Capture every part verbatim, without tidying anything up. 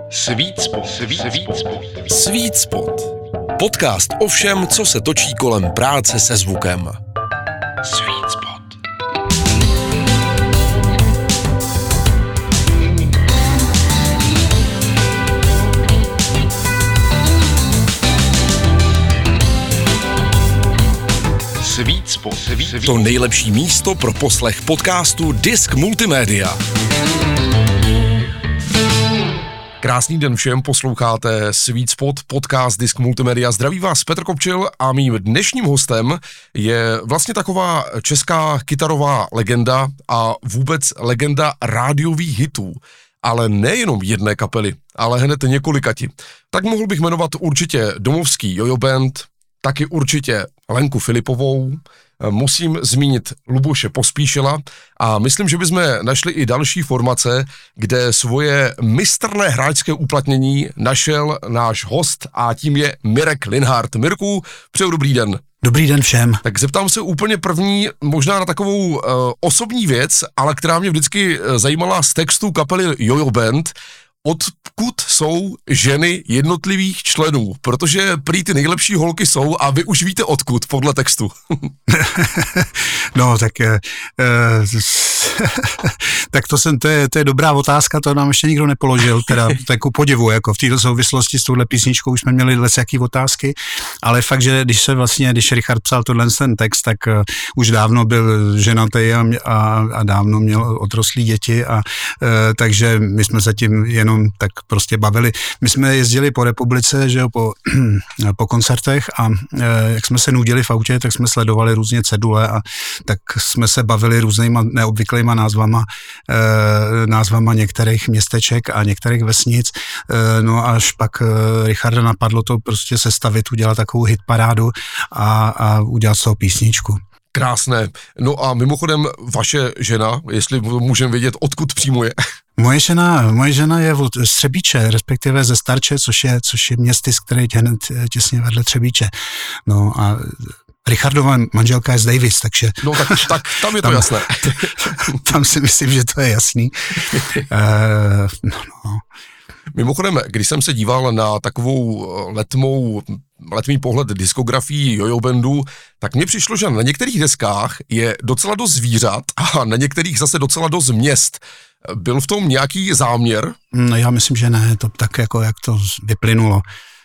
Sweet Spot. Sweet Spot. Sweet Spot. Podcast o všem, co se točí kolem práce se zvukem. Sweet Spot. Sweet Spot. Sweet To nejlepší místo pro poslech podcastu Disk Multimédia. Krásný den všem, posloucháte Sweet Spot, podcast Disk Multimédia. Zdraví vás Petr Kopčil a mým dnešním hostem je vlastně taková česká kytarová legenda a vůbec legenda rádiových hitů. Ale nejenom jedné kapely, ale hned několikati. Tak mohl bych jmenovat určitě domovský Jojo Band, taky určitě Lenku Filipovou, musím zmínit Luboše Pospíšila a myslím, že bychom našli i další formace, kde svoje mistrné hráčské uplatnění našel náš host a tím je Mirek Linhart. Mirku, přeju dobrý den. Dobrý den všem. Tak zeptám se úplně první, možná na takovou uh, osobní věc, ale která mě vždycky zajímala z textu kapely Jojo Band. Odkud jsou ženy jednotlivých členů? Protože prý ty nejlepší holky jsou a vy už víte odkud, podle textu. No, tak eh, tak to, jsem, to, je, to je dobrá otázka, to nám ještě nikdo nepoložil, teda takovou podivu, jako v této souvislosti s touhle písničkou už jsme měli lesjaký otázky, ale fakt, že když se vlastně, když Richard psal tohle ten text, tak uh, už dávno byl ženatý a, a, a dávno měl odrostlý děti a uh, takže my jsme se tím jenom tak prostě bavili. My jsme jezdili po republice, že jo, po, po koncertech a e, jak jsme se nudili v autě, tak jsme sledovali různě cedule a tak jsme se bavili různýma neobvyklýma názvama, e, názvama některých městeček a některých vesnic. E, no až pak e, Richarda napadlo to prostě sestavit, udělat takovou hitparádu a, a udělat z toho písničku. Krásné. No a mimochodem vaše žena, jestli můžeme vědět, odkud přímo je. Moje žena, moje žena je od Třebíče, respektive ze Starče, což je, což je městys, který je hned těsně vedle Třebíče. No a Richardova manželka je z Davis, takže... No tak, tak tam je to tam, jasné. Tam si myslím, že to je jasný. uh, no, no. Mimochodem, když jsem se díval na takovou letmou, letmý pohled diskografii Jojo Bandu, tak mně přišlo, že na některých deskách je docela dost zvířat a na některých zase docela dost měst. Byl v tom nějaký záměr? No já myslím, že ne, to tak jako jak to vyplynulo.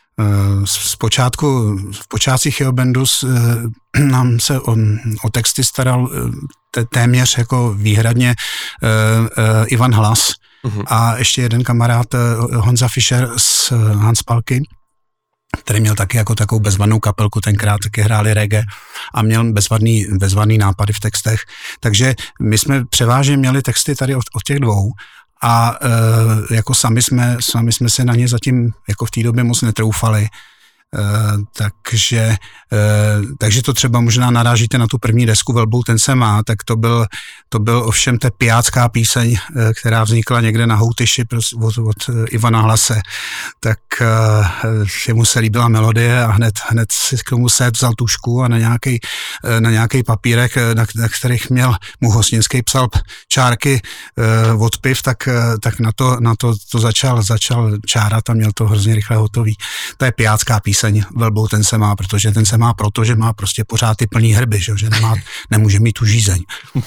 Zpočátku, v počátcích Jojo Bandu nám se o, o texty staral téměř jako výhradně Ivan Hlas, uhum. A ještě jeden kamarád Honza Fischer z Hanspalky, který měl taky jako takovou bezvadnou kapelku, tenkrát taky hráli reggae a měl bezvadný, bezvadný nápady v textech. Takže my jsme převážně měli texty tady od, od těch dvou a e, jako sami jsme, sami jsme se na ně zatím jako v té době moc netroufali. Uh, takže, uh, takže to třeba možná narážíte na tu první desku Velbou ten se má, tak to byl, to byl ovšem ta pijácká píseň, uh, která vznikla někde na Houtyši od, od uh, Ivana Hlase, tak uh, jemu se líbila melodie a hned, hned si k tomu set vzal tušku a na nějaký uh, na nějaký papírek, na, na kterých měl mu Hostinský psal čárky uh, od piv, tak, uh, tak na to, na to, to začal, začal čárat a měl to hrozně rychle hotový. To je pijácká píseň. Velbou ten se má, protože ten se má proto, že má prostě pořád ty plný hrby, že, že nemá, nemůže mít tu žízeň.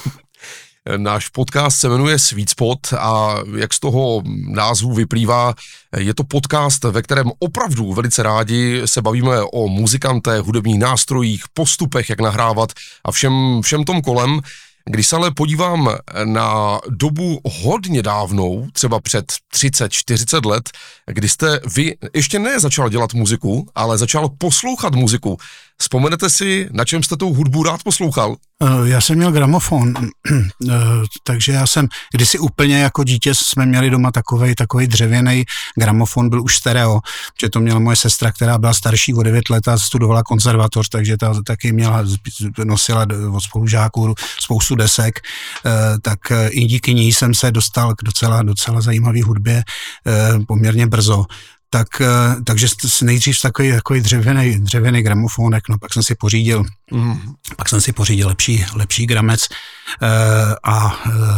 Náš podcast se jmenuje Sweet Spot a jak z toho názvu vyplývá, je to podcast, ve kterém opravdu velice rádi se bavíme o muzikantech, hudebních nástrojích, postupech, jak nahrávat a všem, všem tom kolem. Když se ale podívám na dobu hodně dávnou, třeba před třicet čtyřicet let, kdy jste vy ještě ne začal dělat muziku, ale začal poslouchat muziku. Vzpomenete si, na čem jste tou hudbu rád poslouchal? Já jsem měl gramofon, takže já jsem, kdysi úplně jako dítě jsme měli doma takovej, takovej dřevěný gramofon, byl už stereo, že to měla moje sestra, která byla starší o devět let a studovala konzervatoř, takže ta taky měla, nosila od spolužáků spoustu desek, tak i díky ní jsem se dostal k docela, docela zajímavé hudbě poměrně brzo. tak, takže nejdřív takový, takový dřevěný, dřevěný gramofónek, no pak jsem si pořídil, mm. pak jsem si pořídil lepší, lepší gramec a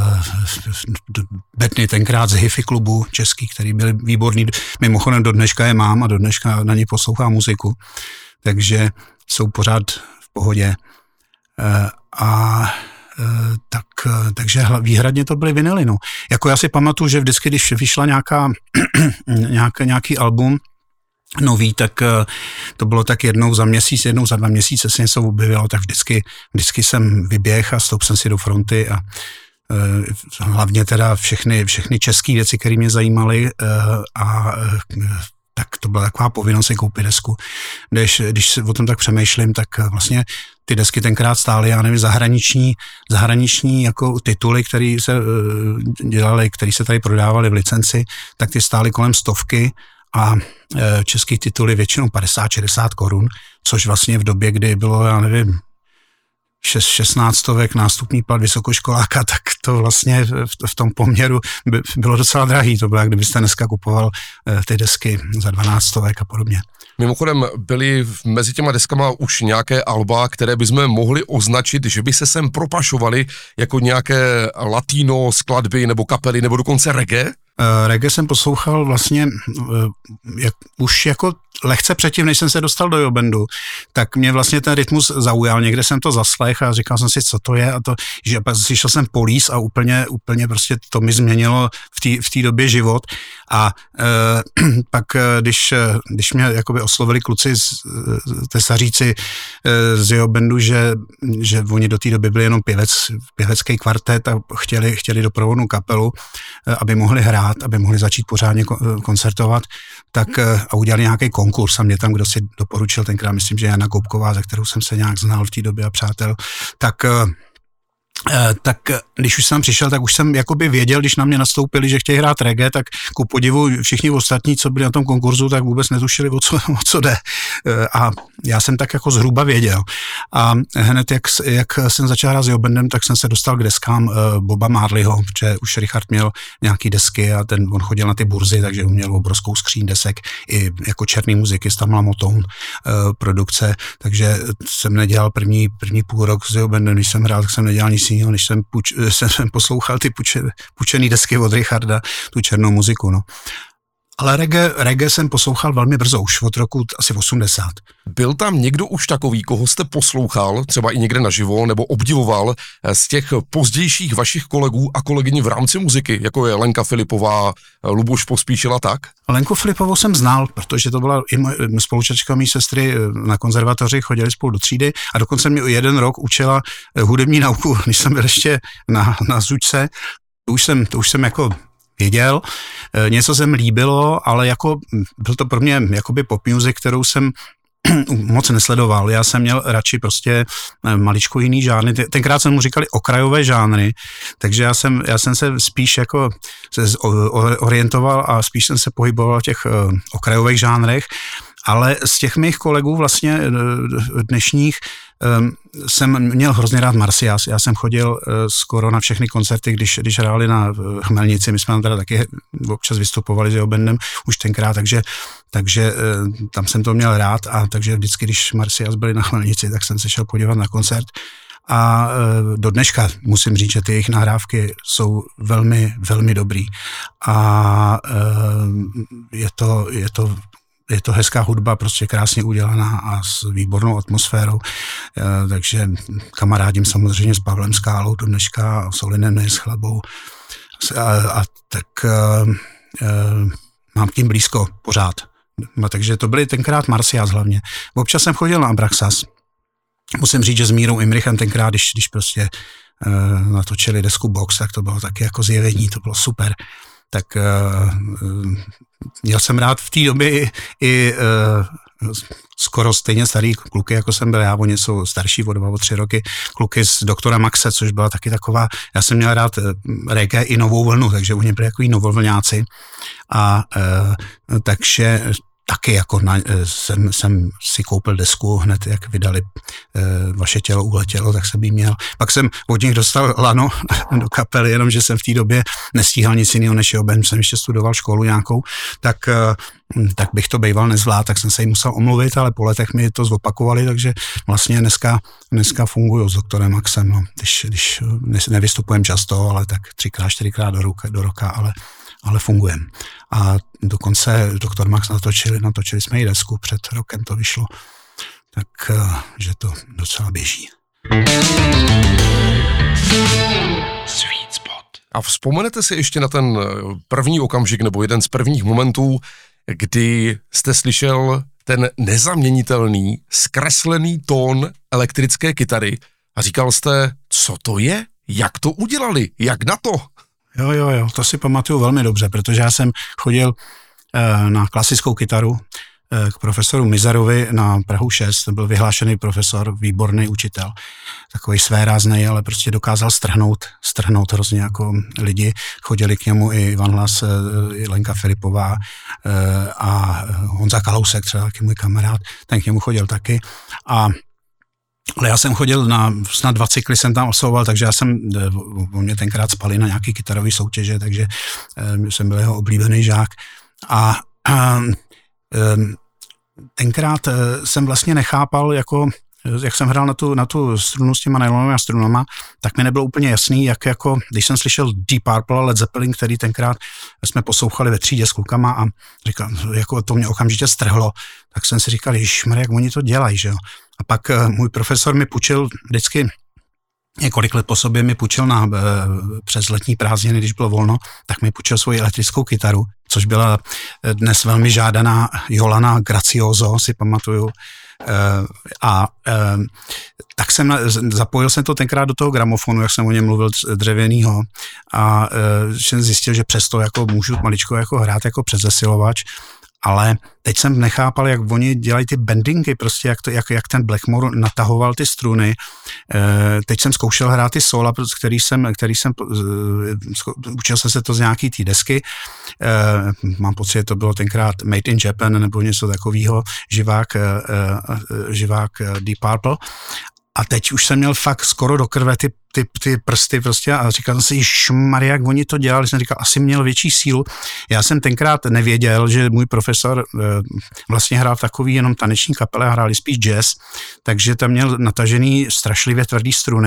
betny tenkrát z Hi-Fi klubu český, který byl výborný, mimochodem do dneška je mám a do dneška na ně poslouchám muziku, takže jsou pořád v pohodě a tak, takže výhradně to byly vinily, no. Jako já si pamatuju, že vždycky, když vyšla nějaká, nějak, nějaký album nový, tak to bylo tak jednou za měsíc, jednou za dva měsíce se něco objevilo, tak vždycky, vždycky jsem vyběh a stoup jsem si do fronty a hlavně teda všechny, všechny české věci, které mě zajímaly a tak to byla taková povinnost si koupit desku. Když, když o tom tak přemýšlím, tak vlastně ty desky tenkrát stály, já nevím, zahraniční, zahraniční jako tituly, které se dělaly, které se tady prodávaly v licenci, tak ty stály kolem stovky a český tituly většinou padesát šedesát korun, což vlastně v době, kdy bylo, já nevím, šestnáctovek nástupní plat vysokoškoláka, tak to vlastně v tom poměru by bylo docela drahý. To bylo, jak kdybyste dneska kupoval ty desky za dvanáctovek a podobně. Mimochodem byly mezi těma deskama už nějaké alba, které bychom mohli označit, že by se sem propašovaly jako nějaké latino skladby nebo kapely nebo dokonce reggae? Uh, reggae jsem poslouchal vlastně uh, jak, už jako lehce předtím, než jsem se dostal do Jobandu, tak mě vlastně ten rytmus zaujal. Někde jsem to zaslech a říkal jsem si, co to je a to, že slyšel jsem Police a úplně, úplně prostě to mi změnilo v té době život a uh, pak, když, když mě jakoby oslovili kluci z tesaříci uh, z Jobandu, že, že oni do té doby byli jenom pěvec, pěvecký kvartet a chtěli, chtěli doprovodnou kapelu, uh, aby mohli hrát, aby mohli začít pořádně koncertovat, tak a udělali nějaký konkurs a mě tam, kdo si doporučil tenkrát, myslím, že Jana Koubková, za kterou jsem se nějak znal v té době a přátel, tak tak když už jsem přišel, tak už jsem jakoby věděl, když na mě nastoupili, že chtějí hrát reggae, tak ku podivu všichni ostatní, co byli na tom konkurzu, tak vůbec netušili, o co, o co jde. A já jsem tak jako zhruba věděl. A hned, jak, jak jsem začal hrát s Jobandem, tak jsem se dostal k deskám Boba Marleyho, protože už Richard měl nějaký desky a ten, on chodil na ty burzy, takže on měl obrovskou skříň desek i jako černý muziky, tam byla Motown produkce, takže jsem nedělal první, první půl rok s Jobandem, když jsem hrál, tak jsem nedělal nic jiného, než jsem, puč, jsem poslouchal ty puče, pučený desky od Richarda, tu černou muziku, no. Ale reggae, reggae jsem poslouchal velmi brzo, už od roku asi osmdesát. Byl tam někdo už takový, koho jste poslouchal, třeba i někde naživo, nebo obdivoval z těch pozdějších vašich kolegů a kolegyň v rámci muziky, jako je Lenka Filipová, Luboš Pospíšil a tak? Lenku Filipovou jsem znal, protože to byla i moje spolučačka mý sestry na konzervatoři, chodili spolu do třídy a dokonce mě jeden rok učila hudební nauku, když jsem byl ještě na, na zučce. To už jsem, to už jsem jako věděl, něco se mi líbilo, ale jako byl to pro mě jakoby pop music, kterou jsem moc nesledoval. Já jsem měl radši prostě maličko jiný žánry. Tenkrát jsem mu říkali okrajové žánry, takže já jsem, já jsem se spíš jako se orientoval a spíš jsem se pohyboval v těch okrajových žánrech, ale z těch mých kolegů vlastně dnešních jsem měl hrozně rád Marcias. Já jsem chodil skoro na všechny koncerty, když, když hráli na Chmelnici. My jsme tam teda taky občas vystupovali s Jobandem už tenkrát, takže, takže tam jsem to měl rád a takže vždycky, když Marcias byli na Chmelnici, tak jsem se šel podívat na koncert. A do dneška musím říct, že ty jejich nahrávky jsou velmi, velmi dobrý. A je to, je to Je to hezká hudba, prostě krásně udělaná a s výbornou atmosférou, e, takže kamarádím samozřejmě s Pavlem Skálou do dneška, s Olinem Neschlabou a, a tak e, e, mám tím blízko pořád. No, takže to byly tenkrát Marcias hlavně. Občas jsem chodil na Abraxas. Musím říct, že s Mírou Imrichem tenkrát, když, když prostě e, natočili desku Box, tak to bylo taky jako zjevení, to bylo super. Tak uh, měl jsem rád v té době i, i uh, skoro stejně starý kluky, jako jsem byl já, oni jsou starší o dva, o tři roky, kluky z Doktora Maxe, což byla taky taková, já jsem měl rád reggae i Novou vlnu, takže oni byli takový novovlňáci a uh, takže taky jako na, jsem, jsem si koupil desku hned, jak vydali e, Vaše tělo uletělo, tak jsem jí měl. Pak jsem od nich dostal lano do kapely, jenomže jsem v té době nestíhal nic jiného než jeho band, jsem ještě studoval školu nějakou, tak, e, tak bych to bejval nezvládl, tak jsem se jim musel omluvit, ale po letech mi to zopakovali, takže vlastně dneska, dneska funguju s doktorem Maxem, no, když, když nevystupujem často, ale tak třikrát, čtyřikrát do, ruka, do roka, ale ale fungujeme. A dokonce doktor Max natočili, natočili jsme i desku, před rokem to vyšlo, tak že to docela běží. Sweet spot. A vzpomenete si ještě na ten první okamžik, nebo jeden z prvních momentů, kdy jste slyšel ten nezaměnitelný, zkreslený tón elektrické kytary a říkal jste, co to je? Jak to udělali? Jak na to? Jo, jo, jo, to si pamatuju velmi dobře, protože já jsem chodil e, na klasickou kytaru e, k profesoru Mizerovi na Prahu šest, to byl vyhlášený profesor, výborný učitel, takový svéráznej, ale prostě dokázal strhnout, strhnout hrozně jako lidi. Chodili k němu i Ivan Hlas, e, i Lenka Filipová e, a Honza Kalousek, třeba taky můj kamarád, ten k němu chodil taky a ale já jsem chodil na, snad dva cykly jsem tam absolvoval, takže já jsem, o mě tenkrát spali na nějaký kytarový soutěže, takže um, jsem byl jeho oblíbený žák a um, um, tenkrát uh, jsem vlastně nechápal, jako, jak jsem hrál na tu, na tu strunu s těma nylonovými strunama, tak mi nebylo úplně jasný, jak jako, když jsem slyšel Deep Purple a Led Zeppelin, který tenkrát jsme poslouchali ve třídě s klukama a říkal, jako to mě okamžitě strhlo, tak jsem si říkal, ježišmarja, jak oni to dělají, že jo. A pak uh, můj profesor mi půjčil vždycky, několik let po sobě mi půjčil na, uh, přes letní prázdniny, když bylo volno, tak mi půjčil svoji elektrickou kytaru, což byla dnes velmi žádaná Jolana Gracioso, si pamatuju. Uh, a uh, tak jsem na, zapojil jsem to tenkrát do toho gramofonu, jak jsem o něm mluvil, dřevěnýho a uh, jsem zjistil, že přesto jako můžu maličko jako hrát jako předzesilovač, ale teď jsem nechápal, jak oni dělají ty bendingy, prostě jak, to, jak, jak ten Blackmore natahoval ty struny. E, teď jsem zkoušel hrát ty sola, který jsem, který jsem učil jsem se to z nějaký té desky. E, mám pocit, že to bylo tenkrát Made in Japan nebo něco takového, živák, e, živák Deep Purple. A teď už jsem měl fakt skoro do krve ty, ty, ty prsty prostě a říkal jsem si, ježmarja, jak oni to dělali, jsem říkal, asi měl větší sílu. Já jsem tenkrát nevěděl, že můj profesor e, vlastně hrál v takový jenom taneční kapele, hráli spíš jazz, takže tam měl natažený strašlivě tvrdý struny,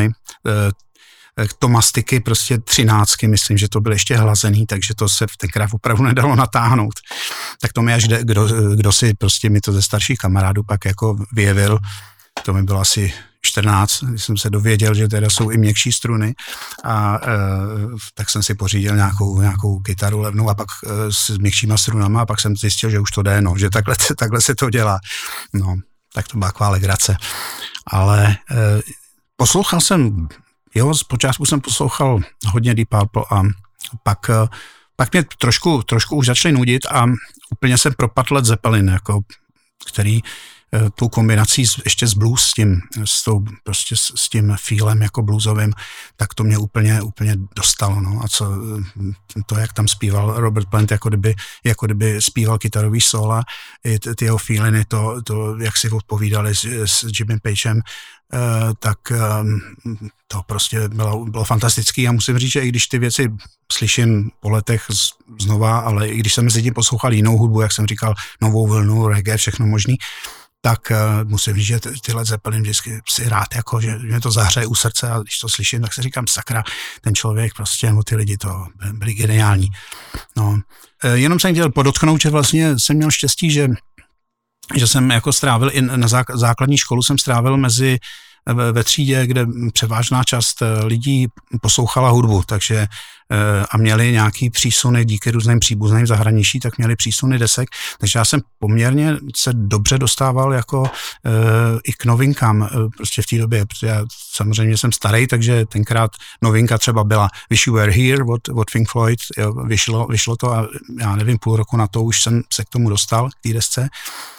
e, to mastiky prostě třináctky, myslím, že to byl ještě hlazený, takže to se tenkrát opravdu nedalo natáhnout. Tak to mi až kdo, kdo si prostě mi to ze starších kamarádů pak jako vyjevil, to mi bylo asi čtrnáct, když jsem se dověděl, že teda jsou i měkčí struny a e, tak jsem si pořídil nějakou, nějakou kytaru levnou a pak e, s měkčíma strunama a pak jsem zjistil, že už to jde, no, že takhle, takhle se to dělá. No, tak to byla taková legrace. Ale e, poslouchal jsem, jo, zpočátku jsem poslouchal hodně Deep Purple a pak, e, pak mě trošku, trošku už začaly nudit a úplně jsem propadl Led Zeppelin, jako, který tou kombinací s, ještě s blues, s tím, s, tou, prostě s, s tím feelem jako bluesovým, tak to mě úplně, úplně dostalo. No. A co, to, jak tam zpíval Robert Plant, jako kdyby, jako kdyby zpíval kytarový sóla, i ty jeho feeliny, to, to, jak si odpovídali s, s Jimmy Pagem, Uh, tak um, to prostě bylo, bylo fantastický a musím říct, že i když ty věci slyším po letech z, znova, ale i když jsem mezi tím poslouchal jinou hudbu, jak jsem říkal, novou vlnu, reggae, všechno možný, tak uh, musím říct, že ty Led Zeppelin vždycky si rád, jako, že mě to zahřeje u srdce a když to slyším, tak si říkám, sakra, ten člověk prostě, no ty lidi to byli geniální. No. Uh, jenom jsem chtěl podotknout, že vlastně jsem měl štěstí, že že jsem jako strávil i na základní školu jsem strávil mezi ve třídě, kde převážná část lidí poslouchala hudbu, takže a měli nějaký přísuny díky různým příbuzným v zahraničí, tak měli přísuny desek, takže já jsem poměrně se dobře dostával jako e, i k novinkám prostě v té době, protože já samozřejmě jsem starý, takže tenkrát novinka třeba byla Wish You Were Here od, od Pink Floyd, jo, vyšlo, vyšlo to a já nevím, půl roku na to už jsem se k tomu dostal, k té desce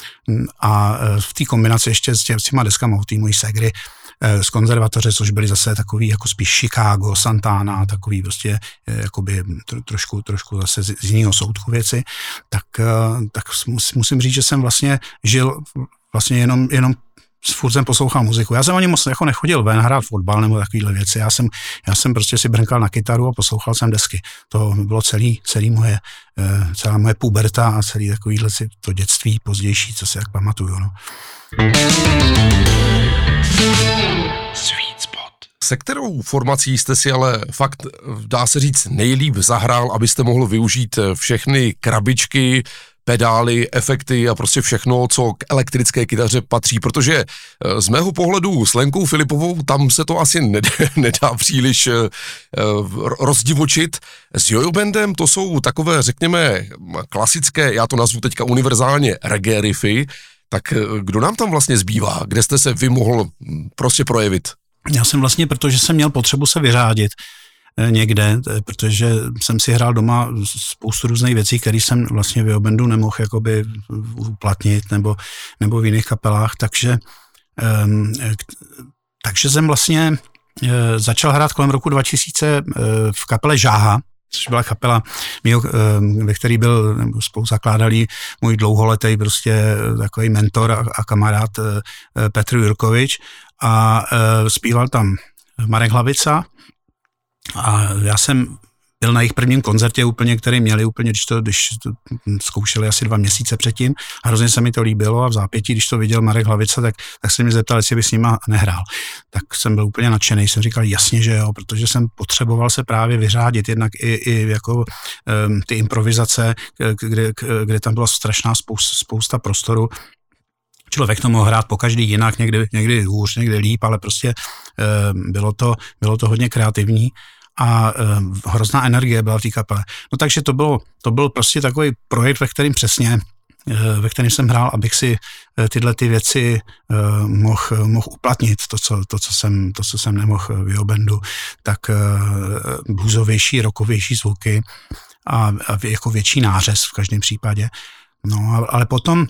a v té kombinaci ještě s těma deskama od té mojí segry z konzervatoře, což byly zase takový jako spíš Chicago, Santana, takový prostě jakoby tro, trošku, trošku zase z, z jiného soudku věci, tak, tak musím říct, že jsem vlastně žil vlastně jenom, jenom furt jsem poslouchal muziku. Já jsem ani moc jako nechodil ven hrát fotbal nebo takovýhle věci. Já jsem, já jsem prostě si brnkal na kytaru a poslouchal jsem desky. To bylo celý, celý moje, celá moje puberta a celý takovýhle si to dětství pozdější, co si jak pamatuju. No. Sweet spot. Se kterou formací jste si ale fakt, dá se říct, nejlíp zahrál, abyste mohl využít všechny krabičky, pedály, efekty a prostě všechno, co k elektrické kytaře patří, protože z mého pohledu s Lenkou Filipovou tam se to asi nedá, nedá příliš rozdivočit. S Jojo Bandem to jsou takové, řekněme, klasické, já to nazvu teďka univerzálně reggae riffy, tak kdo nám tam vlastně zbývá? Kde jste se vy mohl prostě projevit? Já jsem vlastně, protože jsem měl potřebu se vyřádit někde, protože jsem si hrál doma spoustu různých věcí, které jsem vlastně v Jojo Bandu nemohl jakoby uplatnit nebo, nebo v jiných kapelách, takže, um, takže jsem vlastně uh, začal hrát kolem roku dva tisíce uh, v kapele Žáha, což byla kapela, mýho, uh, ve který byl spoluzakládalý můj dlouholetý prostě takový mentor a, a kamarád uh, Petr Jurkovič a uh, zpíval tam Marek Hlavica. A já jsem byl na jejich prvním koncertě úplně, který měli úplně, když to, když to zkoušeli asi dva měsíce předtím a hrozně se mi to líbilo a v zápětí, když to viděl Marek Hlavica, tak, tak se mě zeptal, jestli by s nima nehrál. Tak jsem byl úplně nadšený, jsem říkal jasně, že jo, protože jsem potřeboval se právě vyřádit, jednak i, i jako um, ty improvizace, kde, kde tam byla strašná spousta, spousta prostoru. Člověk to mohl hrát po každý jinak, někdy, někdy hůř, někdy líp, ale prostě um, bylo, to, bylo to hodně kreativní. A uh, hrozná energie byla v té kapele. No takže to bylo, to byl prostě takový projekt, ve kterým přesně, uh, ve kterém jsem hrál, abych si uh, tyhle ty věci uh, mohl, mohl uplatnit, to co, to, co jsem, to, co jsem nemohl v Jojo Bandu, tak uh, bluesovější, rockovější zvuky a, a jako větší nářez v každém případě. No ale potom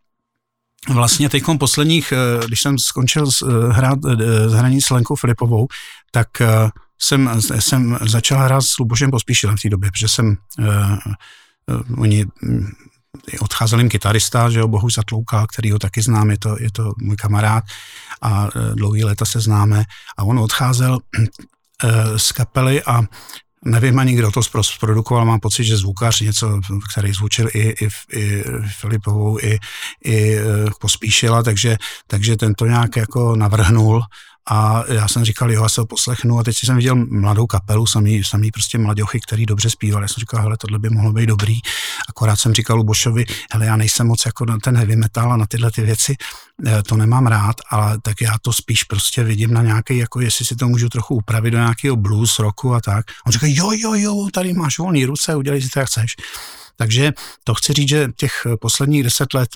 vlastně teďkom posledních, když jsem skončil hrát hraní s Lenkou Filipovou, tak jsem, jsem začal hrát s Lubošem Pospíšilem v té době, protože jsem, uh, uh, oni odcházel jim kytarista, že jo, Bohuž Zatloukal, který ho taky znám, je to, je to můj kamarád a uh, dlouhý léta se známe a on odcházel uh, z kapely a nevím ani, kdo to zprodukoval, mám pocit, že zvukař něco, který zvučil i, i, i Filipovou, i, i uh, Pospíšila, takže, takže ten to nějak jako navrhnul. A já jsem říkal, jo, já se ho poslechnu a teď jsem viděl mladou kapelu, samý, samý prostě mladěchy, který dobře zpíval. Já jsem říkal, hele, tohle by mohlo být dobrý. Akorát jsem říkal Lubošovi, hele, já nejsem moc jako na ten heavy metal a na tyhle ty věci, to nemám rád, ale tak já to spíš prostě vidím na nějaký, jako jestli si to můžu trochu upravit do nějakého blues, rocku a tak. On říká, jo, jo, jo, tady máš volný ruce, udělej si to, jak chceš. Takže to chci říct, že těch posledních deset let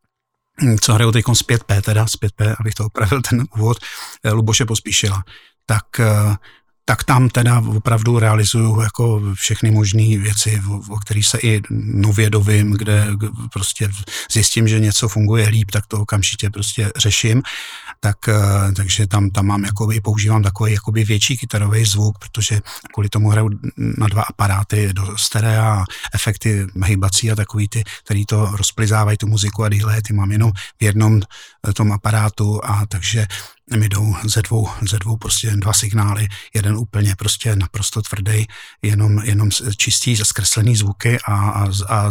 co hrajou teďkom z pět pé, teda z pět pé, abych to opravil ten úvod, Luboše Pospíšila, tak, tak tam teda opravdu realizuju jako všechny možné věci, o, o kterých se i nově dovím, kde prostě zjistím, že něco funguje líp, tak to okamžitě prostě řeším. Tak, takže tam, tam mám jakoby, používám takový jakoby větší kytarový zvuk, protože kvůli tomu hraju na dva aparáty do sterea, efekty hejbací a takový ty, který to rozplizávají tu muziku a tyhle, ty mám jenom v jednom tom aparátu a takže mi jdou ze dvou, ze dvou prostě dva signály, jeden úplně prostě naprosto tvrdý, jenom, jenom čistý zkreslený zvuky a, a, a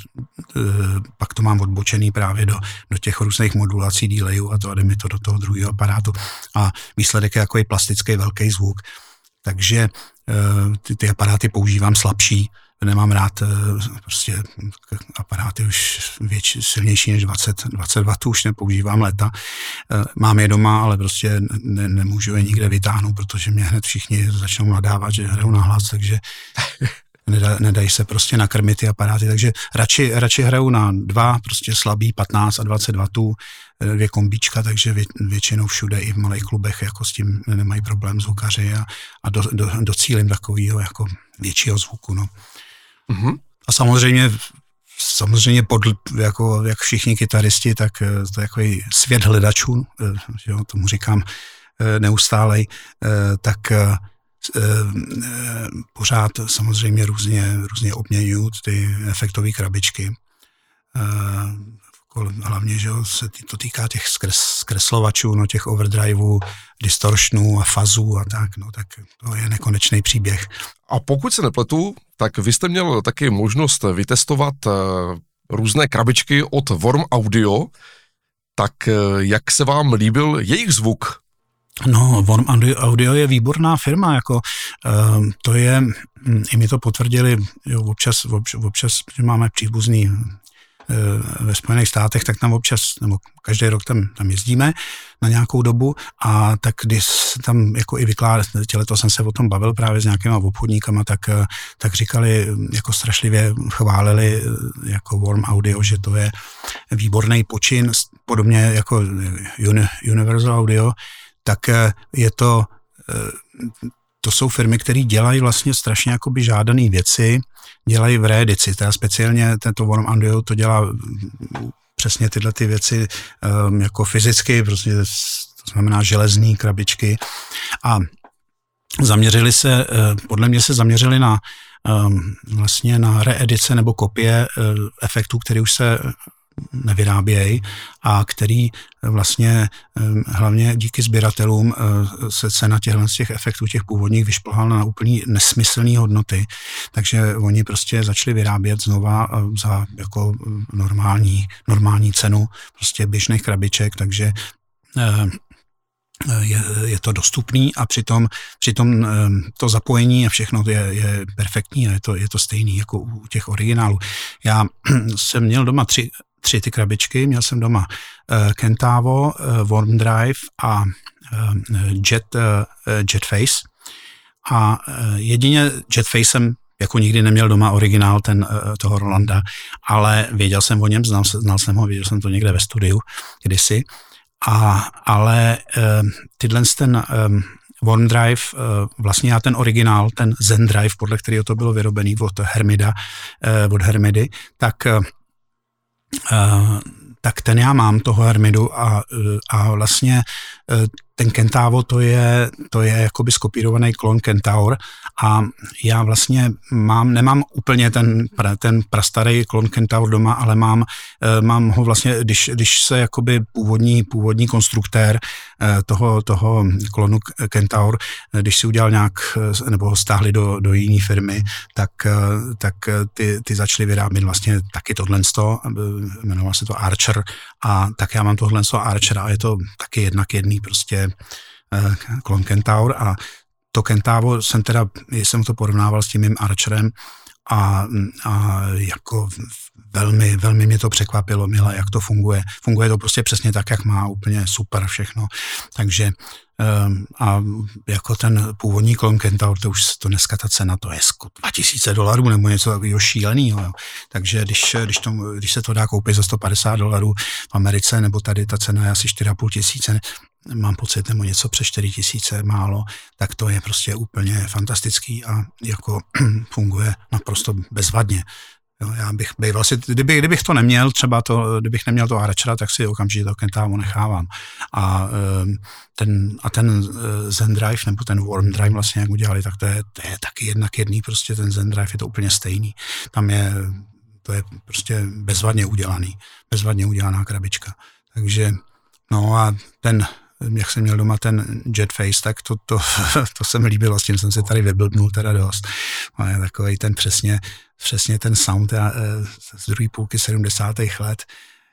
pak to mám odbočený právě do, do těch různých modulací, delayů a to a jde mi to do toho druhého aparátu a výsledek je takový plastický velký zvuk. Takže ty, ty aparáty používám slabší, nemám rád prostě aparáty už větší, silnější než dvacet, dvacet wattů, už nepoužívám leta. Mám je doma, ale prostě ne, nemůžu je nikde vytáhnout, protože mě hned všichni začnou nadávat, že hrajou na hlas, takže nedá, nedají se prostě nakrmit ty aparáty, takže radši, radši hraju na dva, prostě slabý patnáct a dvacet wattů, dvě kombíčka, takže vě, většinou všude i v malých klubech jako s tím nemají problém zvukaři a, a do, do, docílím takového jako většího zvuku, no. Mm-hmm. A samozřejmě, samozřejmě pod, jako, jak všichni kytaristi, tak to je takový svět hledačů, že jo, tomu říkám neustálej, tak pořád samozřejmě různě, různě obměňují ty efektové krabičky. Hlavně, že se to týká těch skres, zkreslovačů, no, těch overdriveů, distortionů a fazů a tak, no, tak to je nekonečný příběh. A pokud se nepletu, tak vy jste měl taky možnost vytestovat uh, různé krabičky od Worm Audio, tak uh, jak se vám líbil jejich zvuk? No, Worm Audio je výborná firma, jako uh, to je, i mi to potvrdili, jo, občas, občas, občas že máme příbuzný ve Spojených státech, tak tam občas, nebo každý rok tam, tam jezdíme na nějakou dobu a tak když tam jako i vykládá, to jsem se o tom bavil právě s nějakýma obchodníkama, tak, tak říkali, jako strašlivě chválili jako Worm Audio, že to je výborný počin, podobně jako Universal Audio, tak je to, to jsou firmy, které dělají vlastně strašně jakoby žádané věci, dělají v reedici, teda speciálně tento Worm Audio to dělá přesně tyhle ty věci um, jako fyzicky, prostě to znamená železný krabičky a zaměřili se, uh, podle mě se zaměřili na um, vlastně na reedice nebo kopie uh, efektů, které už se nevyrábějí a který vlastně hlavně díky sběratelům se cena těchto z těch efektů, těch původních vyšplhala na úplně nesmyslné hodnoty, takže oni prostě začali vyrábět znova za jako normální, normální cenu prostě běžných krabiček, takže je, je to dostupný a přitom, přitom to zapojení a všechno je, je perfektní a je to, je to stejný jako u těch originálů. Já jsem měl doma tři tři ty krabičky, měl jsem doma uh, Kentavo, uh, Worm Drive a uh, Jet, uh, Jet Face a uh, jedině Jet Face jsem jako nikdy neměl doma originál ten, uh, toho Rolanda, ale věděl jsem o něm, znal, znal jsem ho, viděl jsem to někde ve studiu kdysi, a, ale uh, tyhle ten um, Worm Drive, uh, vlastně já ten originál, ten Zen Drive, podle kterého to bylo vyrobený od Hermida, uh, od Hermidy, tak uh, Uh, tak ten já mám, toho Hermidu a, a vlastně uh, ten Kentavo to je, to je jakoby skopírovaný klon Kentaur a já vlastně mám, nemám úplně ten, ten prastarý klon Kentaur doma, ale mám, uh, mám ho vlastně, když, když se jakoby původní, původní konstruktér uh, toho, toho klonu Kentaur, když si udělal nějak, nebo ho stáhli do, do jiné firmy, tak, uh, tak ty, ty začali vyrábět vlastně taky tohlensto, jmenoval se to Archer a tak já mám tohlensto Archera a je to taky jednak jedný prostě uh, klon Kentaur a to Kentavo jsem teda, jsem to porovnával s tím mým Archerem a, a jako velmi, velmi mě to překvapilo, milé, jak to funguje. Funguje to prostě přesně tak, jak má, úplně super všechno. Takže um, a jako ten původní klon Kentaur, to už to dneska ta cena, to je dva tisíce dolarů nebo něco takového šílenýho. Jo. Takže když, když, to, když se to dá koupit za sto padesát dolarů v Americe, nebo tady ta cena je asi čtyři a půl tisíce, mám pocit, nebo něco přes čtyři tisíce málo, tak to je prostě úplně fantastický a jako funguje naprosto bezvadně. Jo, já bych býval si, kdyby, kdybych to neměl, třeba to, kdybych neměl to Archera, tak si okamžitě to Kentavo nechávám. A ten, a ten Zen Drive, nebo ten Worm Drive vlastně, jak udělali, tak to je, to je taky jednak jedný, prostě ten Zen Drive je to úplně stejný. Tam je, to je prostě bezvadně udělaný, bezvadně udělaná krabička. Takže, no a ten, jak jsem měl doma ten Jet Face, tak to, to, to se mi líbilo, s tím jsem se tady vyblbnul teda dost. A je takový ten přesně, přesně ten sound já, z druhé půlky sedmdesátých let,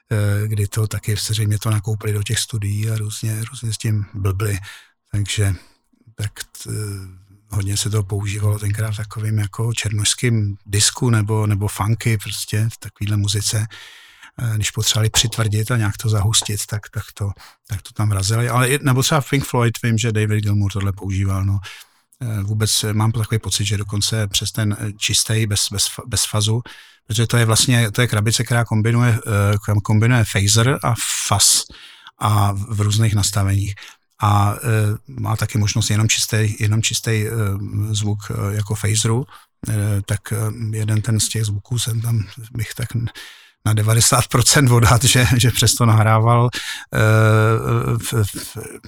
kdy to taky zřejmě to nakoupili do těch studií a různě, různě s tím blbli. Takže tak t, hodně se to používalo tenkrát v takovým jako černošským disku nebo, nebo funky prostě v takovéhle muzice. Když potřebovali přitvrdit a nějak to zahustit, tak, tak, to, tak to tam vrazili. Ale nebo třeba Pink Floyd, vím, že David Gilmour tohle používal. No. Vůbec mám takový pocit, že dokonce přes ten čistý, bez, bez, bez fazu, protože to je vlastně, to je krabice, která kombinuje, kombinuje phaser a fuzz a v různých nastaveních. A má taky možnost jenom čistý, jenom čistý zvuk jako phaseru, tak jeden ten z těch zvuků jsem tam bych tak na devadesát procent odhad, že, že přesto nahrával uh, v, v,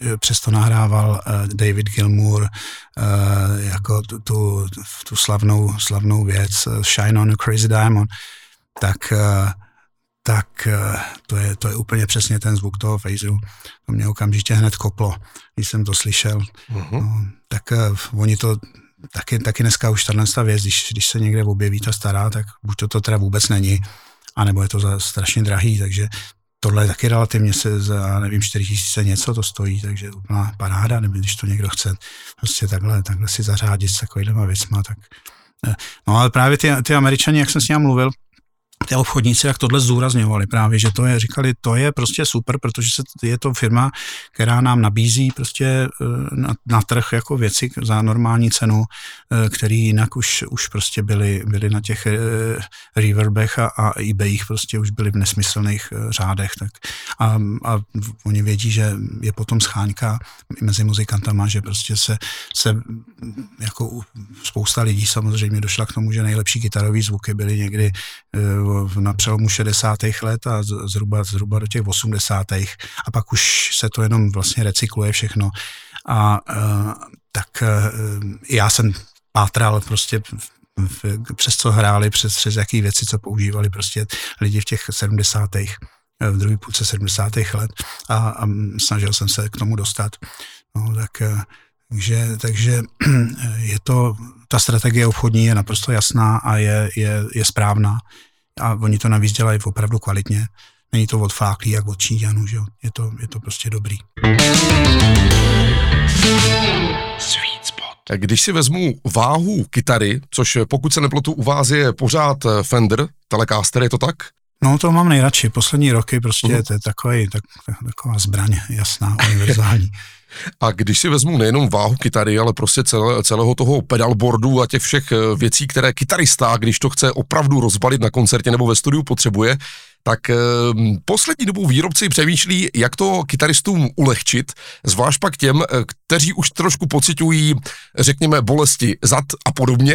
přesto nahrával David Gilmour jako tu, tu, tu slavnou, slavnou věc Shine on a Crazy Diamond, tak, tak to, je, to je úplně přesně ten zvuk toho phasu. To mě okamžitě hned koplo, když jsem to slyšel. Uh-huh. No, tak oni to taky, taky dneska už tato věc, když, když se někde objeví ta stará, tak buď to, to teda vůbec není, anebo je to za strašně drahý, takže tohle je taky relativně se za, nevím, čtyři tisíce něco to stojí, takže úplná paráda, nebo když to někdo chce prostě takhle, takhle si zařádit s takovýhlema věcma, tak no ale právě ty, ty Američani, jak jsem s ním mluvil, ty obchodníci, jak tohle zdůrazňovali právě, že to je, říkali, to je prostě super, protože se, je to firma, která nám nabízí prostě na, na trh jako věci za normální cenu, které jinak už, už prostě byly, byly na těch reverbech a, a eBayích prostě už byly v nesmyslných řádech. Tak a, a oni vědí, že je potom scháňka mezi muzikantama, že prostě se, se jako spousta lidí samozřejmě došla k tomu, že nejlepší kytarový zvuky byly někdy na přelomu šedesátých let a zhruba, zhruba do těch osmdesátých a pak už se to jenom vlastně recykluje všechno. A tak já jsem pátral prostě přes co hráli, přes, přes jaký věci, co používali prostě lidi v těch sedmdesátých v druhé půlce sedmdesátých let a, a snažil jsem se k tomu dostat. No, tak, takže, takže je to, ta strategie obchodní je naprosto jasná a je, je, je správná. A oni to navíc dělají opravdu kvalitně. Není to odfláklý jak od Číňanů, že jo? Je to, je to prostě dobrý. Sweet spot. Když si vezmu váhu kytary, což pokud se nepletu u vás je pořád Fender Telecaster, je to tak? No to mám nejradši. Poslední roky prostě uh-huh. to je takový, tak, taková zbraň jasná, univerzální. A když si vezmu nejenom váhu kytary, ale prostě celé, celého toho pedalboardu a těch všech věcí, které kytarista, když to chce opravdu rozbalit na koncertě nebo ve studiu potřebuje, tak eh, poslední dobou výrobci přemýšlí, jak to kytaristům ulehčit, zvlášť pak těm, kteří už trošku pociťují, řekněme, bolesti zad a podobně.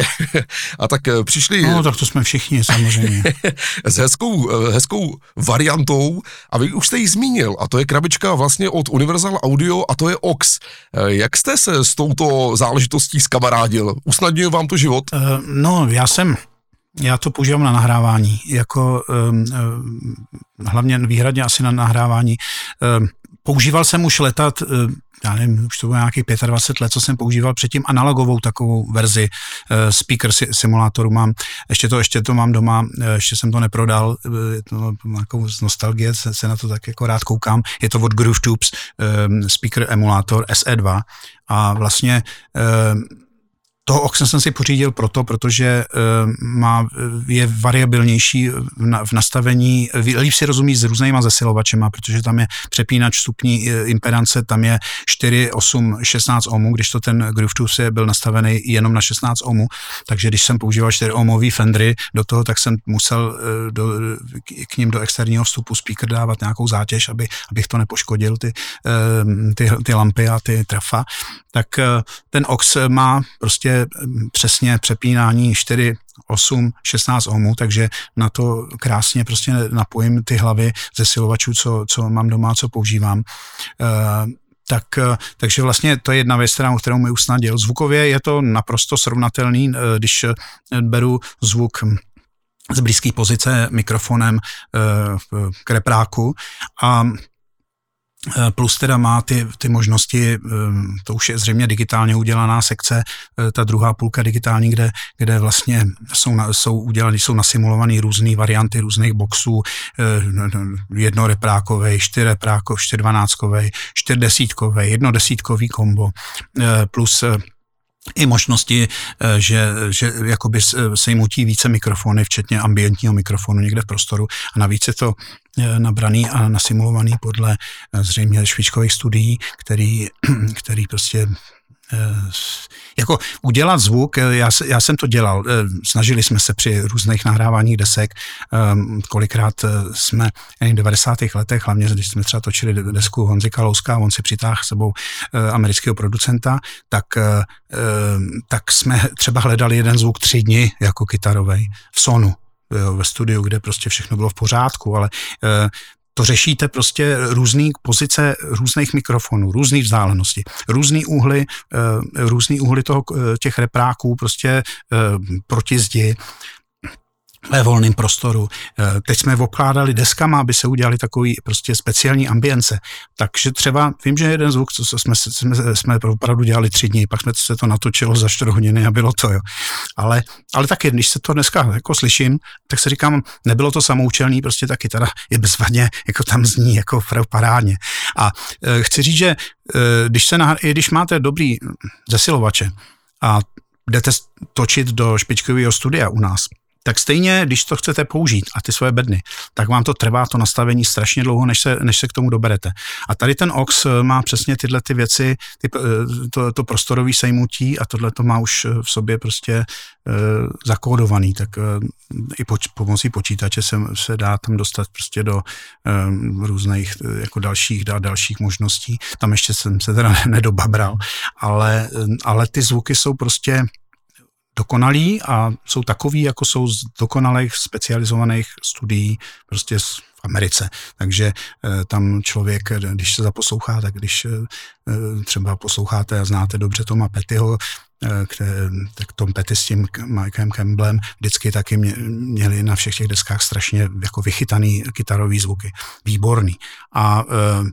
A tak přišli... No, tak to jsme všichni, samozřejmě. s hezkou, hezkou variantou, a vy už jste ji zmínil, a to je krabička vlastně od Universal Audio a to je O X. Jak jste se s touto záležitostí zkamarádil? Usnadňuje vám to život? Uh, no, já jsem... Já to používám na nahrávání, jako um, um, hlavně výhradně asi na nahrávání. Um, používal jsem už letat, um, já nevím, už to bylo nějakých dvacet pět let, co jsem používal předtím analogovou takovou verzi uh, speaker simulátoru mám. Ještě to, ještě to mám doma, ještě jsem to neprodal, je to jako z nostalgie, se, se na to tak jako rád koukám. Je to od Groove Tubes um, speaker emulátor S E dva a vlastně um, toho O X jsem si pořídil proto, protože uh, má, je variabilnější v, na, v nastavení, líp si rozumí s různýma zesilovačema, protože tam je přepínač vstupní impedance, tam je čtyři, osm, šestnáct ohmů, když to ten Groove Tubes byl nastavený jenom na šestnáct ohmů, takže když jsem používal čtyři ohmový Fendery do toho, tak jsem musel uh, do, k ním do externího vstupu speaker dávat nějakou zátěž, aby, abych to nepoškodil, ty, uh, ty, ty lampy a ty trafa. Tak uh, ten O X má prostě přesně přepínání čtyři, osm, šestnáct ohmů, takže na to krásně prostě napojím ty hlavy zesilovačů, co, co mám doma, co používám. Uh, tak, takže vlastně to je jedna věc, kterou, kterou mi usnadil. Zvukově je to naprosto srovnatelný, když beru zvuk z blízké pozice mikrofonem uh, k repráku a plus teda má ty, ty možnosti, to už je zřejmě digitálně udělaná sekce, ta druhá půlka digitální, kde, kde vlastně jsou, na, jsou udělané, jsou nasimulované různé varianty různých boxů, jednoreprákovej, čtyřreprákovej, čtyřdvanáctkovej, čtyřdesítkovej, jednodesítkový kombo, plus i možnosti, že, že jakoby se jim utí více mikrofony, včetně ambientního mikrofonu někde v prostoru a navíc je to nabraný a nasimulovaný podle zřejmě špičkových studií, který, který prostě jako udělat zvuk, já, já jsem to dělal, snažili jsme se při různých nahráváních desek, kolikrát jsme v devadesátých letech, hlavně když jsme třeba točili desku Honzy Kalouska, on si přitáhl s sebou amerického producenta, tak, tak jsme třeba hledali jeden zvuk tři dny jako kytarovej v Sonu, ve studiu, kde prostě všechno bylo v pořádku, ale to řešíte prostě různý pozice různých mikrofonů, různý vzdálenosti, různý úhly, různý úhly toho, těch repráků prostě proti zdi, ve volném prostoru. Teď jsme obkládali deskama, aby se udělali takový prostě speciální ambience. Takže třeba, vím, že jeden zvuk, co jsme, jsme, jsme opravdu dělali tři dny, pak jsme se to natočilo za čtyři hodiny a bylo to, jo. Ale, ale taky, když se to dneska jako slyším, tak se říkám, nebylo to samoučelný, prostě ta kytara je bezvadně, jako tam zní, jako parádně. A e, chci říct, že e, když se nahr- i když máte dobrý zesilovače a jdete točit do špičkového studia u nás, tak stejně, když to chcete použít a ty svoje bedny, tak vám to trvá to nastavení strašně dlouho, než se, než se k tomu doberete. A tady ten O X má přesně tyhle ty věci, ty, to, to prostorové sejmutí a tohle to má už v sobě prostě e, zakódovaný, tak e, i po, pomocí počítače se, se dá tam dostat prostě do e, různých jako dalších, dá dalších možností. Tam ještě jsem se teda nedobabral, ale, ale ty zvuky jsou prostě dokonalí a jsou takový, jako jsou z dokonalých specializovaných studií prostě v Americe. Takže e, tam člověk, když se zaposlouchá, tak když e, třeba posloucháte a znáte dobře Toma Pettyho, e, které, tak Tom Petty s tím Mikem Campbellem vždycky taky mě, měli na všech těch deskách strašně jako vychytaný kytarový zvuky. Výborný. A e,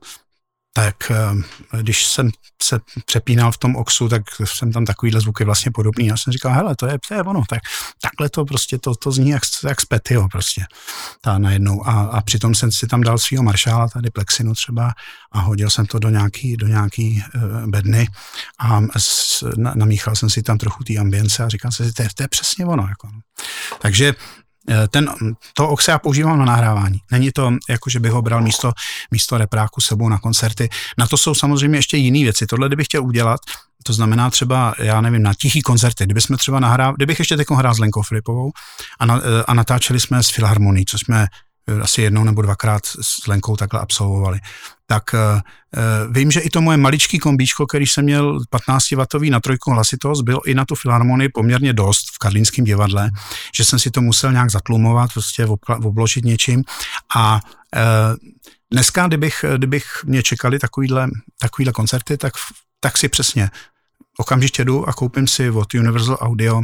tak když jsem se přepínal v tom Oxu, tak jsem tam takovýhle zvuky vlastně podobný. Já jsem říkal, hele, to je, to je ono, tak takhle to prostě, to, to zní jak, jak z Pettyho prostě, ta najednou. A, a přitom jsem si tam dal svýho Marshalla, tady Plexinu třeba, a hodil jsem to do nějaký, do nějaký uh, bedny a s, na, namíchal jsem si tam trochu té ambience a říkal jsem si, to je, to je přesně ono. Jako. Takže Ten, to O X já používám na nahrávání. Není to, jako že bych ho bral místo, místo repráku sebou na koncerty. Na to jsou samozřejmě ještě jiné věci. Tohle, kdybych chtěl udělat, to znamená třeba, já nevím, na tichý koncerty, kdybychom třeba nahrávali, kdybych ještě teď hrál s Lenkou Filipovou a, na, a natáčeli jsme s Filharmonií, což jsme asi jednou nebo dvakrát s Lenkou takhle absolvovali. Tak uh, vím, že i to moje maličký kombíčko, který jsem měl patnáctiwatový na trojku hlasitost, byl i na tu Filharmonii poměrně dost v Karlínském divadle, že jsem si to musel nějak zatlumovat, prostě obložit něčím. A uh, dneska, kdybych, kdybych mě čekali takovýhle, takovýhle koncerty, tak, tak si přesně okamžitě jdu a koupím si od Universal Audio,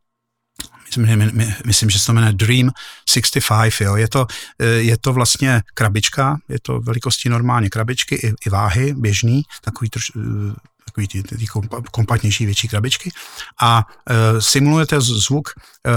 Myslím, myslím, že se to jmenuje Dream šedesát pět, jo. Je to, je to vlastně krabička, je to velikostí normálně krabičky i, i váhy, běžný, takový, troš, takový ty, ty kompaktnější větší krabičky a e, simulujete zvuk e,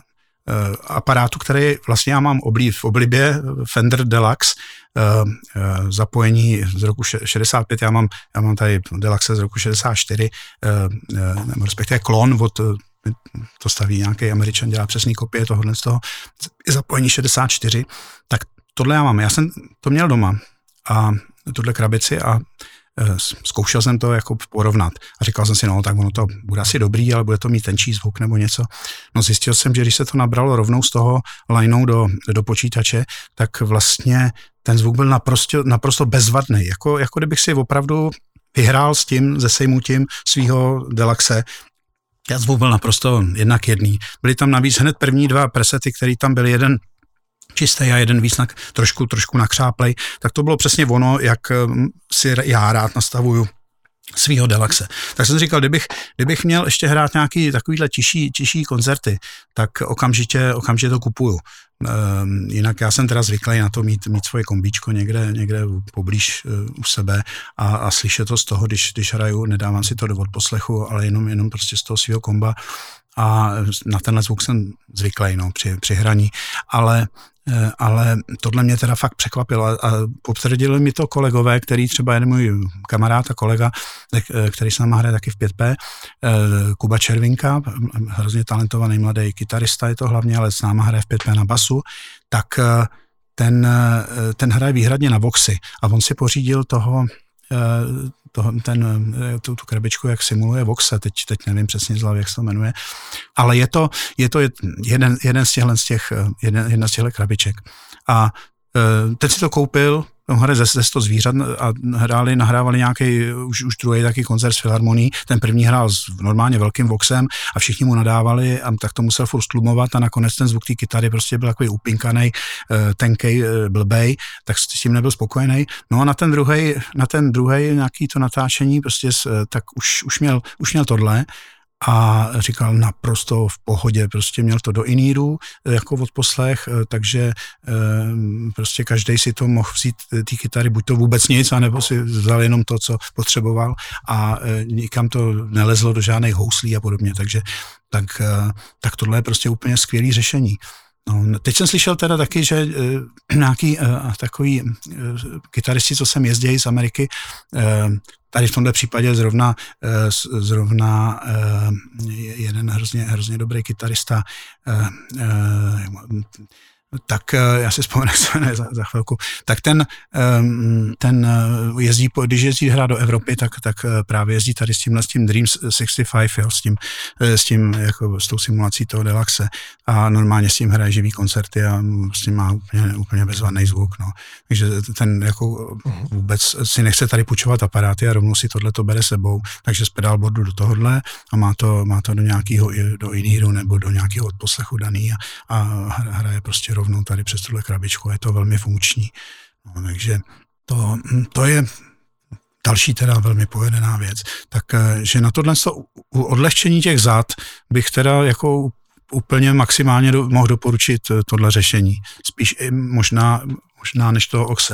e, aparátu, který vlastně já mám oblí, v oblibě Fender Deluxe, e, e, zapojení z roku šedesát pět, já mám, já mám tady Deluxe z roku šedesát čtyři, e, e, respektive klon od to staví nějaký Američan, dělá přesný kopie tohohle z toho, je zapojení šedesát čtyři, tak tohle já mám. Já jsem to měl doma a tuhle krabici a e, zkoušel jsem to jako porovnat a říkal jsem si, no tak ono to bude asi dobrý, ale bude to mít tenčí zvuk nebo něco. No zjistil jsem, že když se to nabralo rovnou z toho lineou do, do počítače, tak vlastně ten zvuk byl naprosto, naprosto bezvadný, jako, jako kdybych si opravdu vyhrál s tím, se sejmutím svýho Deluxe. Já zvuk byl naprosto jednak jedný. Byly tam navíc hned první dva presety, který tam byly jeden čistý a jeden víc na, trošku, trošku nakřáplej, tak to bylo přesně ono, jak si já rád nastavuju svýho Deluxe. Tak jsem říkal, kdybych, kdybych měl ještě hrát nějaký takovýhle tiší, tiší koncerty, tak okamžitě, okamžitě to kupuju. Um, jinak já jsem teda zvyklý na to mít, mít svoje kombíčko někde, někde poblíž uh, u sebe a, a slyšet to z toho, když, když hraju, nedávám si to do odposlechu, ale jenom, jenom prostě z toho svého komba a na tenhle zvuk jsem zvyklý, no, při, při hraní, ale ale tohle mě teda fakt překvapilo a potvrdili mi to kolegové, který třeba jeden můj kamarád a kolega, který s náma hraje taky v pět pé, Kuba Červinka, hrozně talentovaný mladý kytarista je to hlavně, ale s náma hraje v pět pé na basu, tak ten, ten hraje výhradně na voxy a on si pořídil toho To, ten, tu, tu krabičku, jak simuluje Voxe, teď, teď nevím přesně z hlavy, jak se to jmenuje, ale je to, je to jeden, jeden z těchhle, z těch, jeden, jedna z těchto krabiček. A teď si to koupil hraje ze, ze sto zvířat a hráli, nahrávali nějaký už, už druhý taky koncert s filharmonií. Ten první hrál s normálně velkým voxem a všichni mu nadávali a tak to musel furt stlumovat a nakonec ten zvuk té kytary prostě byl takový upinkanej, tenkej, blbej, tak s tím nebyl spokojený. No a na ten druhý, na ten druhý nějaký to natáčení prostě tak už, už měl, už měl tohle. A říkal naprosto v pohodě, prostě měl to do iníru jako odposlech, takže prostě každej si to mohl vzít ty kytary, buď to vůbec nic, anebo si vzal jenom to, co potřeboval a nikam to nelezlo do žádných houslí a podobně, takže tak, tak tohle je prostě úplně skvělý řešení. No, teď jsem slyšel teda taky, že e, nějaký e, takový e, kytaristi, co sem jezdí z Ameriky, e, tady v tomhle případě zrovna, e, zrovna e, jeden hrozně, hrozně dobrý kytarista, e, e, tak já si vzpomenu za, za chvilku, tak ten, ten jezdí, když jezdí hrát do Evropy, tak, tak právě jezdí tady s tímhle s tím Dream šedesát pět, jo, s tím, s tím, jako s tou simulací toho Deluxe a normálně s tím hraje živý koncerty a s tím má úplně, úplně bezvadný zvuk, no. Takže ten jako vůbec si nechce tady půjčovat aparáty a rovnou si tohleto bere sebou, takže z pedálboardu do tohohle a má to, má to do nějakého, do iníru nebo do nějakého odposlechu daný a, a hraje prostě rovnou tady přes tuhle krabičku, je to velmi funkční. No, takže to, to je další teda velmi povedená věc. Takže na tohle odlehčení těch zad bych teda jako úplně maximálně do, mohl doporučit tohle řešení. Spíš i možná, možná než toho oxe.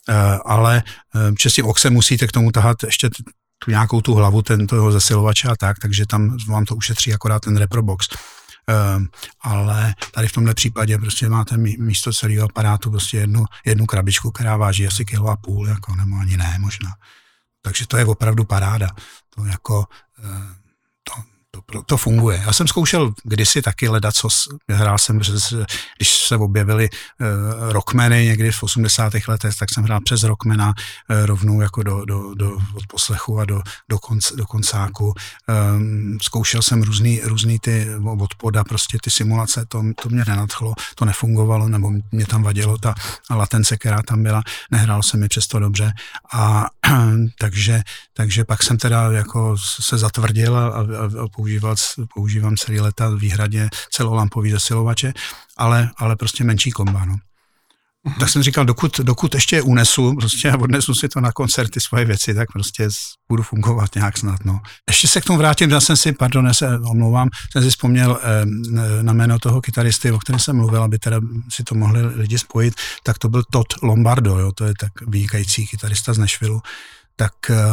Ale s tím oxem musíte k tomu tahat ještě tu nějakou tu hlavu ten, toho zesilovače a tak, takže tam vám to ušetří akorát ten reprobox. Uh, ale tady v tomhle případě prostě máte místo celého aparátu prostě jednu, jednu krabičku, která váží asi kilo a půl, jako, nebo ani ne možná. Takže to je opravdu paráda. To jako, uh, to, to, to funguje. Já jsem zkoušel kdysi taky ledacos, hrál jsem, přes, když se objevily uh, rockmeny někdy v osmdesátých letech, tak jsem hrál přes rockmena uh, rovnou jako do, do, do odposlechu a do, do, konc, do koncáku. Um, zkoušel jsem různý, různý ty odpoda, prostě ty simulace, to, to mě nenadchlo, to nefungovalo, nebo mě tam vadilo ta latence, která tam byla, nehrálo se mi přesto dobře a takže, takže pak jsem teda jako se zatvrdil a, a, a používal, používám celý leta výhradně celolampový zesilovače, ale, ale prostě menší komba, no. Mm-hmm. Tak jsem říkal, dokud, dokud ještě unesu, prostě a odnesu si to na koncerty svoje věci, tak prostě budu fungovat nějak snad, no. Ještě se k tomu vrátím, já jsem si, pardon, já se omlouvám, jsem si vzpomněl eh, na jméno toho kytaristy, o kterém jsem mluvil, aby teda si to mohli lidi spojit, tak to byl Todd Lombardo, jo, to je tak vynikající kytarista z Nashvillu. Tak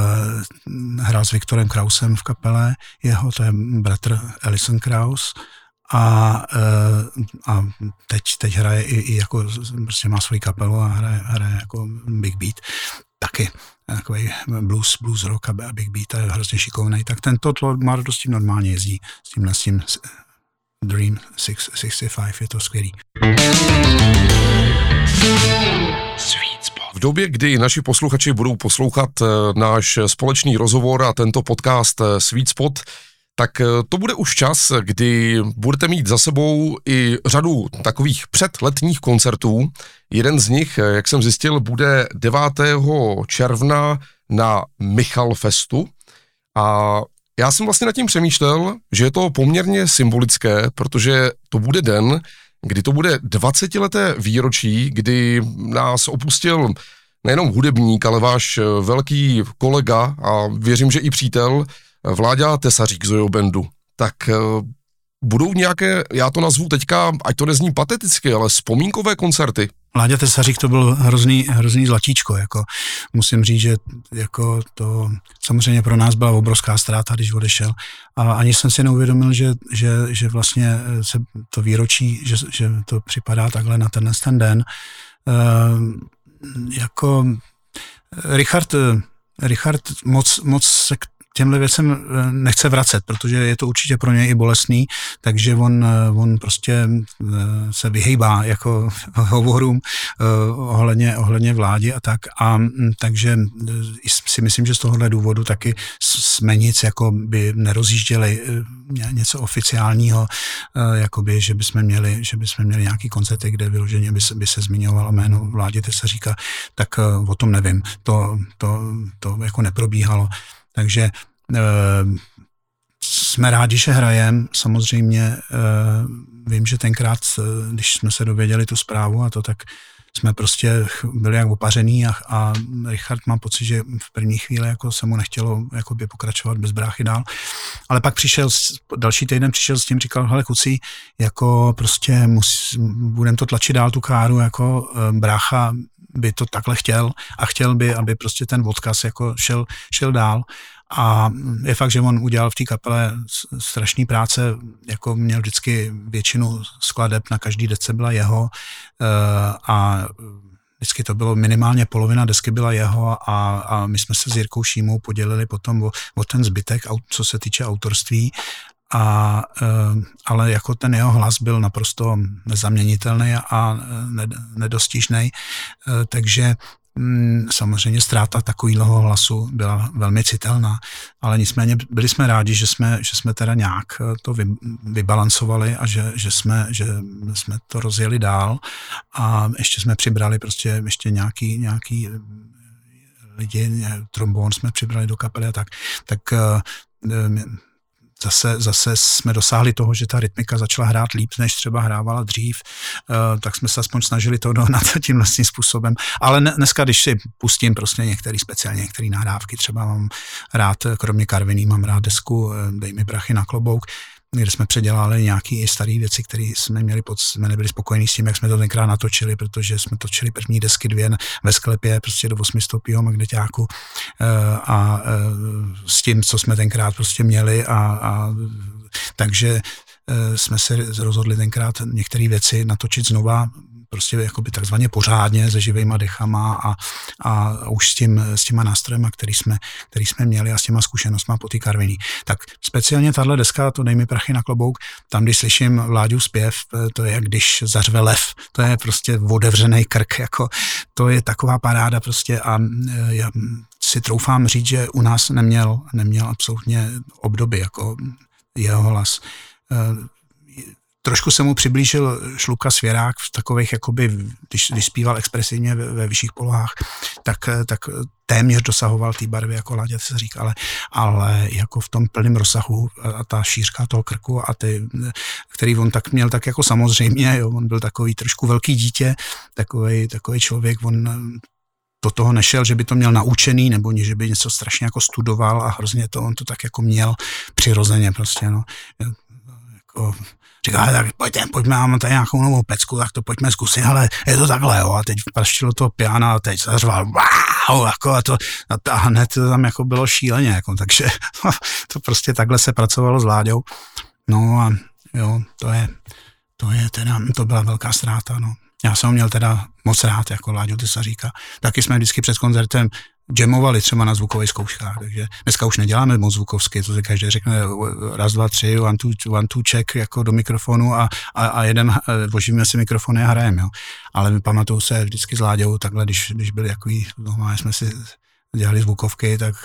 uh, hrál s Viktorem Krausem v kapele, jeho, to je bratr Alison Krauss a, uh, a teď, teď hraje i, i jako, prostě má svoji kapelu a hraje, hraje jako Big Beat, taky takový blues, blues rock a Big Beat a je hrozně šikovnej, tak tento má dost tím normálně jezdí s tímhle s tím Dream šedesát pět, je to skvělý. V době, kdy naši posluchači budou poslouchat náš společný rozhovor a tento podcast Sweet Spot, tak to bude už čas, kdy budete mít za sebou i řadu takových předletních koncertů. Jeden z nich, jak jsem zjistil, bude devátého června na Michalfestu a já jsem vlastně nad tím přemýšlel, že je to poměrně symbolické, protože to bude den, kdy to bude dvacetileté výročí, kdy nás opustil nejenom hudebník, ale váš velký kolega a věřím, že i přítel Vláďa Tesařík z Jojo Bandu. Tak budou nějaké, já to nazvu teďka, ať to nezní pateticky, ale vzpomínkové koncerty. Vláďa Tesařík to byl hrozný, hrozný zlatíčko, jako musím říct, že jako to samozřejmě pro nás byla obrovská ztráta, když odešel a ani jsem si neuvědomil, že, že, že vlastně se to výročí, že, že to připadá takhle na tenhle ten den. E, jako Richard, Richard moc, moc se těmhle věcem nechce vracet, protože je to určitě pro něj i bolestný, takže on, on prostě se vyhejbá jako hovorům ohledně, ohledně vládě a tak. A takže si myslím, že z tohohle důvodu taky jsme nic jako by nerozjížděli něco oficiálního, jakoby, že bychom měli, že bychom měli nějaký koncerty, kde vyloženě by se, by se zmiňovalo jméno vládě Tesaříka, tak o tom nevím. To, to, to jako neprobíhalo. Takže e, jsme rádi, že hrajem. Samozřejmě e, vím, že tenkrát, když jsme se dověděli tu zprávu a to, tak jsme prostě byli jak opařený a, a Richard má pocit, že v první chvíli jako se mu nechtělo jakoby pokračovat bez bráchy dál. Ale pak přišel, další týden přišel s tím, říkal, hele kucí, jako prostě budeme to tlačit dál tu káru, jako brácha by to takhle chtěl a chtěl by, aby prostě ten odkaz jako šel, šel dál. A je fakt, že on udělal v té kapele strašný práce, jako měl vždycky většinu skladeb, na každý desce byla jeho a vždycky to bylo minimálně polovina desky byla jeho a, a my jsme se s Jirkou Šímou podělili potom o, o ten zbytek, co se týče autorství. A, ale jako ten jeho hlas byl naprosto nezaměnitelný a nedostižný, takže samozřejmě ztráta takového hlasu byla velmi citelná, ale nicméně byli jsme rádi, že jsme, že jsme teda nějak to vy, vybalancovali a že, že, jsme, že jsme to rozjeli dál a ještě jsme přibrali prostě ještě nějaký, nějaký lidi, trombón jsme přibrali do kapely a tak, tak Zase, zase jsme dosáhli toho, že ta rytmika začala hrát líp, než třeba hrávala dřív, tak jsme se aspoň snažili to dohnat tím vlastním způsobem. Ale dneska, když si pustím prostě některý speciálně, některé nahrávky, třeba mám rád, kromě Karviní, mám rád desku Dej mi prachy na klobouk, kde jsme předělali nějaké staré věci, které jsme měli pod, jsme nebyli spokojení s tím, jak jsme to tenkrát natočili, protože jsme točili první desky dvě ve sklepě, prostě do osmistopého magneťáku a s tím, co jsme tenkrát prostě měli a, a takže jsme se rozhodli tenkrát některé věci natočit znova, prostě jakoby takzvaně pořádně se živejma dechama a, a už s, tím, s těma nástrojema, který jsme, který jsme měli a s těma zkušenostma po té Karviní. Tak speciálně tahle deska, to Dej mi prachy na klobouk, tam, když slyším Vláďův zpěv, to je jak když zařve lev, to je prostě otevřený krk, jako to je taková paráda prostě a já si troufám říct, že u nás neměl, neměl absolutně obdoby jako jeho hlas. Trošku se mu přiblížil Šluka Svěrák v takových, jakoby, když, když zpíval expresivně ve, ve vyšších polohách, tak, tak téměř dosahoval té barvy jako Láďa Tesařík, ale, ale jako v tom plném rozsahu a ta šířka toho krku a ty, který on tak měl tak jako samozřejmě, jo, on byl takový trošku velký dítě, takovej, takovej člověk, on do toho nešel, že by to měl naučený, nebo že by něco strašně jako studoval a hrozně to, on to tak jako měl přirozeně prostě, no. Jako, říká, tak pojďme, pojďme, mám tady nějakou novou pecku, tak to pojďme zkusit, ale je to takhle, jo, a teď praštilo to piano a teď zařval, wow, jako a to, a hned to tam jako bylo šíleně, jako, takže to prostě takhle se pracovalo s Láďou, no a jo, to je, to je teda, to byla velká ztráta, no. Já jsem ho měl teda moc rád, jako Láďu Tesaříka, taky jsme vždycky před koncertem jamovali třeba na zvukových zkouškách, takže dneska už neděláme moc zvukovsky, to se každý řekne raz, dva, tři, one, two, one, two, check jako do mikrofonu a, a, a jeden, vložíme si mikrofony a hrajeme, jo. Ale my pamatuju se vždycky s Láďou takhle, když, když byli takový, no, jsme si dělali zvukovky, tak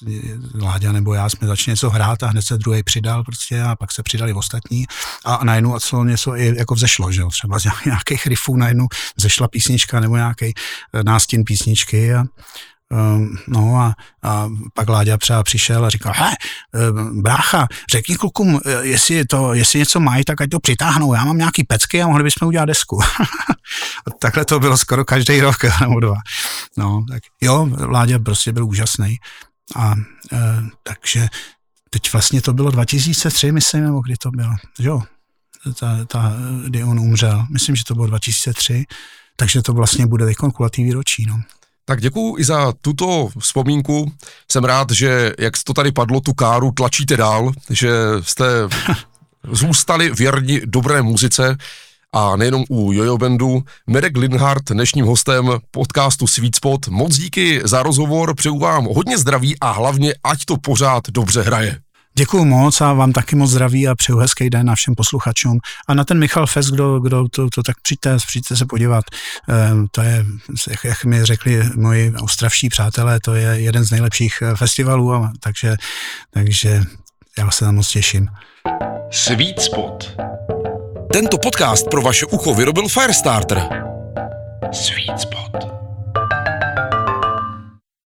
Láďa nebo já jsme začali něco hrát a hned se druhý přidal prostě a pak se přidali ostatní a najednou a celo něco i jako vzešlo, že jo, třeba z nějakých riffů najednou vzešla písnička nebo nějaký nástin písničky a Um, no a, a pak Láďa třeba přišel a říkal, he, brácha, řekni klukům, jestli, to, jestli něco mají, tak ať to přitáhnou, já mám nějaký pecky a mohli bychom udělat desku. Takhle to bylo skoro každý rok nebo dva. No, tak jo, Láďa prostě byl úžasný a e, takže teď vlastně to bylo dva tisíce tři, myslím, nebo kdy to bylo, jo, ta, ta, kdy on umřel, myslím, že to bylo dva tisíce tři, takže to vlastně bude teďkon kulatý výročí, no. Tak děkuju i za tuto vzpomínku. Jsem rád, že jak to tady padlo, tu káru tlačíte dál, že jste zůstali věrni dobré muzice A nejenom u Jojo Bandu. Mirek Linhart, dnešním hostem podcastu Sweet Spot. Moc díky za rozhovor, přeju vám hodně zdraví a hlavně, ať to pořád dobře hraje. Děkuju moc a vám taky moc zdraví a přeju hezký den a všem posluchačům. A na ten Michal Fest, kdo, kdo to, to tak přijďte, přijďte se podívat. E, to je, jak, jak mi řekli moji ostravští přátelé, to je jeden z nejlepších festivalů, a, takže, takže já se tam moc těším. Sweet Spot. Tento podcast pro vaše ucho vyrobil Firestarter. Sweet Spot.